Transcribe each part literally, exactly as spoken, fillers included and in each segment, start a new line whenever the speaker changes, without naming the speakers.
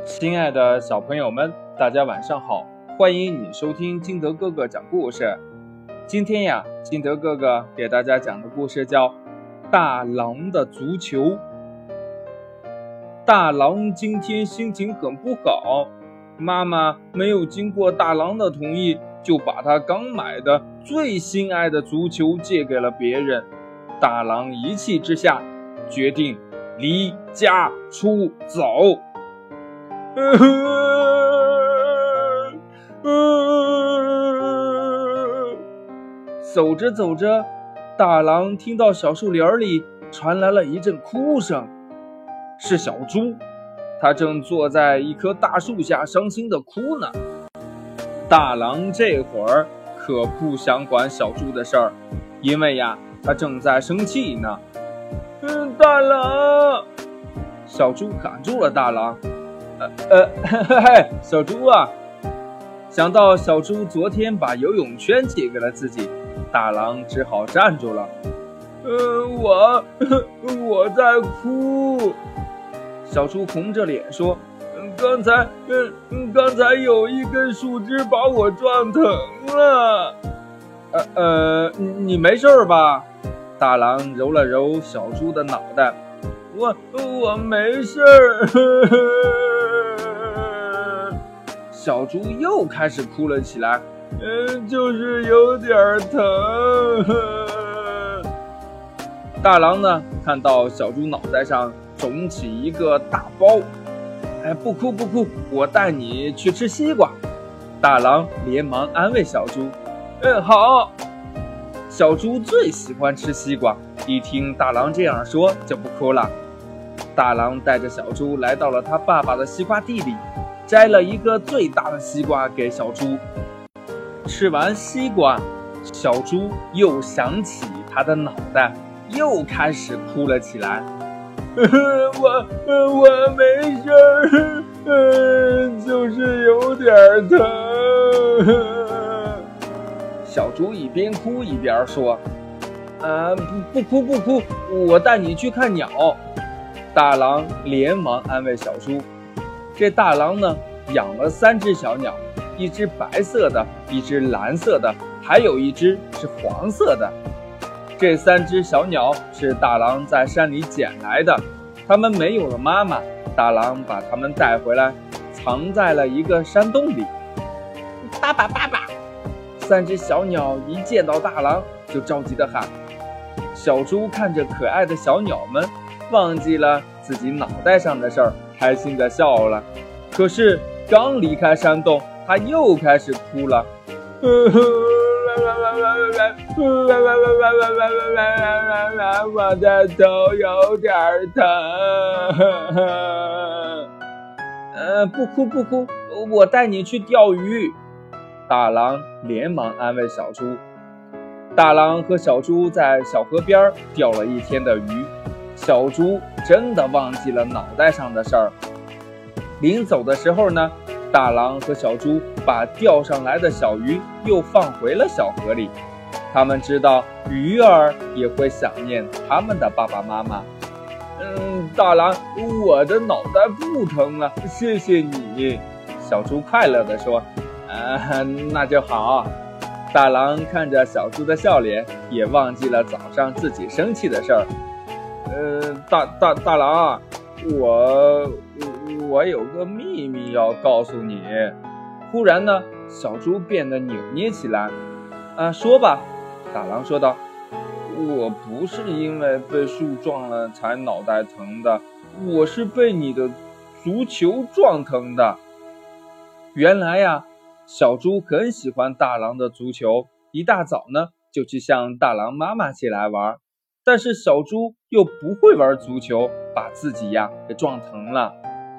亲爱的小朋友们，大家晚上好，欢迎你收听金德哥哥讲故事。今天呀，金德哥哥给大家讲的故事叫《大狼的足球》。大狼今天心情很不好，妈妈没有经过大狼的同意，就把他刚买的最心爱的足球借给了别人。大狼一气之下，决定离家出走。走着走着，大狼听到小树林里传来了一阵哭声，是小猪，它正坐在一棵大树下伤心地哭呢。大狼这会儿可不想管小猪的事儿，因为呀，他正在生气呢。嗯，大狼！小猪喊住了大狼。呃呃，嘿嘿，小猪啊！想到小猪昨天把游泳圈借给了自己，大狼只好站住了。呃，我我在哭。小猪红着脸说：“刚才，嗯，刚才有一根树枝把我撞疼了。”呃呃，你没事吧？大狼揉了揉小猪的脑袋。我我没事儿。小猪又开始哭了起来，嗯，就是有点疼。大狼呢，看到小猪脑袋上肿起一个大包，哎，不哭不哭，我带你去吃西瓜。大狼连忙安慰小猪，嗯，好。小猪最喜欢吃西瓜，一听大狼这样说就不哭了。大狼带着小猪来到了他爸爸的西瓜地里，摘了一个最大的西瓜给小猪。吃完西瓜，小猪又想起他的脑袋，又开始哭了起来。我我没事儿，嗯，就是有点疼。小猪一边哭一边说：“啊，不哭不哭，我带你去看鸟。”大狼连忙安慰小猪。这大狼呢，养了三只小鸟，一只白色的，一只蓝色的，还有一只是黄色的。这三只小鸟是大狼在山里捡来的，它们没有了妈妈，大狼把它们带回来，藏在了一个山洞里。爸爸爸爸！三只小鸟一见到大狼就着急地喊。小猪看着可爱的小鸟们，忘记了自己脑袋上的事儿，开心地笑了。可是刚离开山洞，他又开始哭了。我的头有点疼。呃，不哭不哭，我带你去钓鱼。大狼连忙安慰小猪。大狼和小猪在小河边钓了一天的鱼，小猪真的忘记了脑袋上的事儿。临走的时候呢，大狼和小猪把钓上来的小鱼又放回了小河里。他们知道鱼儿也会想念他们的爸爸妈妈。嗯，大狼，我的脑袋不疼了，谢谢你。小猪快乐地说。啊，那就好。大狼看着小猪的笑脸，也忘记了早上自己生气的事儿。呃，大大大狼，我我有个秘密要告诉你。忽然呢，小猪变得扭捏起来。啊，说吧，大狼说道。我不是因为被树撞了才脑袋疼的，我是被你的足球撞疼的。原来呀，小猪很喜欢大狼的足球，一大早呢就去向大狼妈妈借来玩。但是小猪又不会玩足球，把自己呀给撞疼了。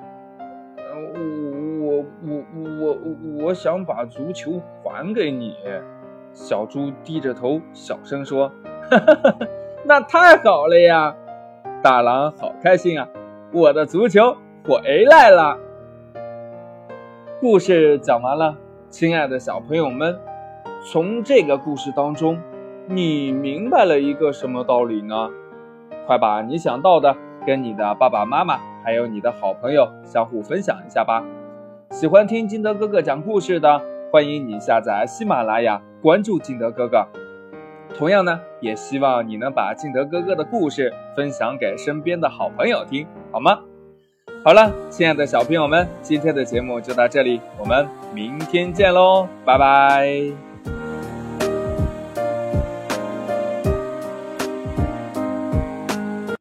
我我我我我想把足球还给你。小猪低着头小声说。哈哈哈，那太好了呀！大狼好开心啊，我的足球回来了。故事讲完了，亲爱的小朋友们，从这个故事当中，你明白了一个什么道理呢？快把你想到的跟你的爸爸妈妈还有你的好朋友相互分享一下吧。喜欢听金德哥哥讲故事的，欢迎你下载喜马拉雅，关注金德哥哥。同样呢，也希望你能把金德哥哥的故事分享给身边的好朋友听，好吗？好了，亲爱的小朋友们，今天的节目就到这里，我们明天见喽，拜拜。